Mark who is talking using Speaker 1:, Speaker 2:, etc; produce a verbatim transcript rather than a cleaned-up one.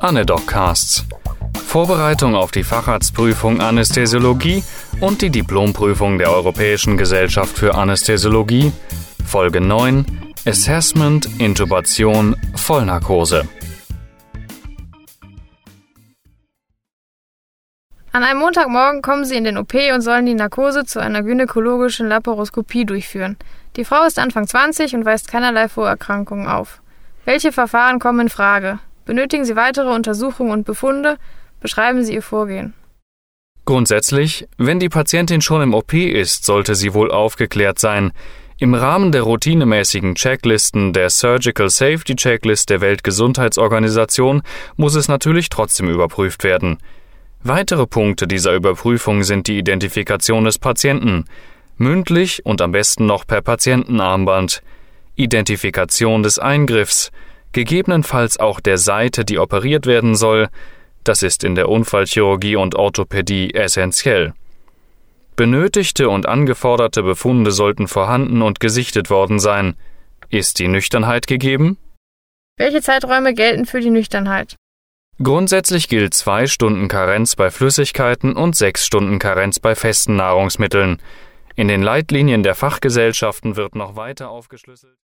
Speaker 1: Anedoccasts. Vorbereitung auf die Facharztprüfung Anästhesiologie und die Diplomprüfung der Europäischen Gesellschaft für Anästhesiologie. Folge neun. Assessment, Intubation, Vollnarkose.
Speaker 2: An einem Montagmorgen kommen Sie in den O P und sollen die Narkose zu einer gynäkologischen Laparoskopie durchführen. Die Frau ist Anfang zwanzig und weist keinerlei Vorerkrankungen auf. Welche Verfahren kommen in Frage? Benötigen Sie weitere Untersuchungen und Befunde? Beschreiben Sie Ihr Vorgehen.
Speaker 1: Grundsätzlich, wenn die Patientin schon im O P ist, sollte sie wohl aufgeklärt sein. Im Rahmen der routinemäßigen Checklisten der Surgical Safety Checklist der Weltgesundheitsorganisation muss es natürlich trotzdem überprüft werden. Weitere Punkte dieser Überprüfung sind die Identifikation des Patienten, mündlich und am besten noch per Patientenarmband, Identifikation des Eingriffs, gegebenenfalls auch der Seite, die operiert werden soll, das ist in der Unfallchirurgie und Orthopädie essentiell. Benötigte und angeforderte Befunde sollten vorhanden und gesichtet worden sein. Ist die Nüchternheit gegeben?
Speaker 2: Welche Zeiträume gelten für die Nüchternheit?
Speaker 1: Grundsätzlich gilt zwei Stunden Karenz bei Flüssigkeiten und sechs Stunden Karenz bei festen Nahrungsmitteln. In den Leitlinien der Fachgesellschaften wird noch weiter aufgeschlüsselt.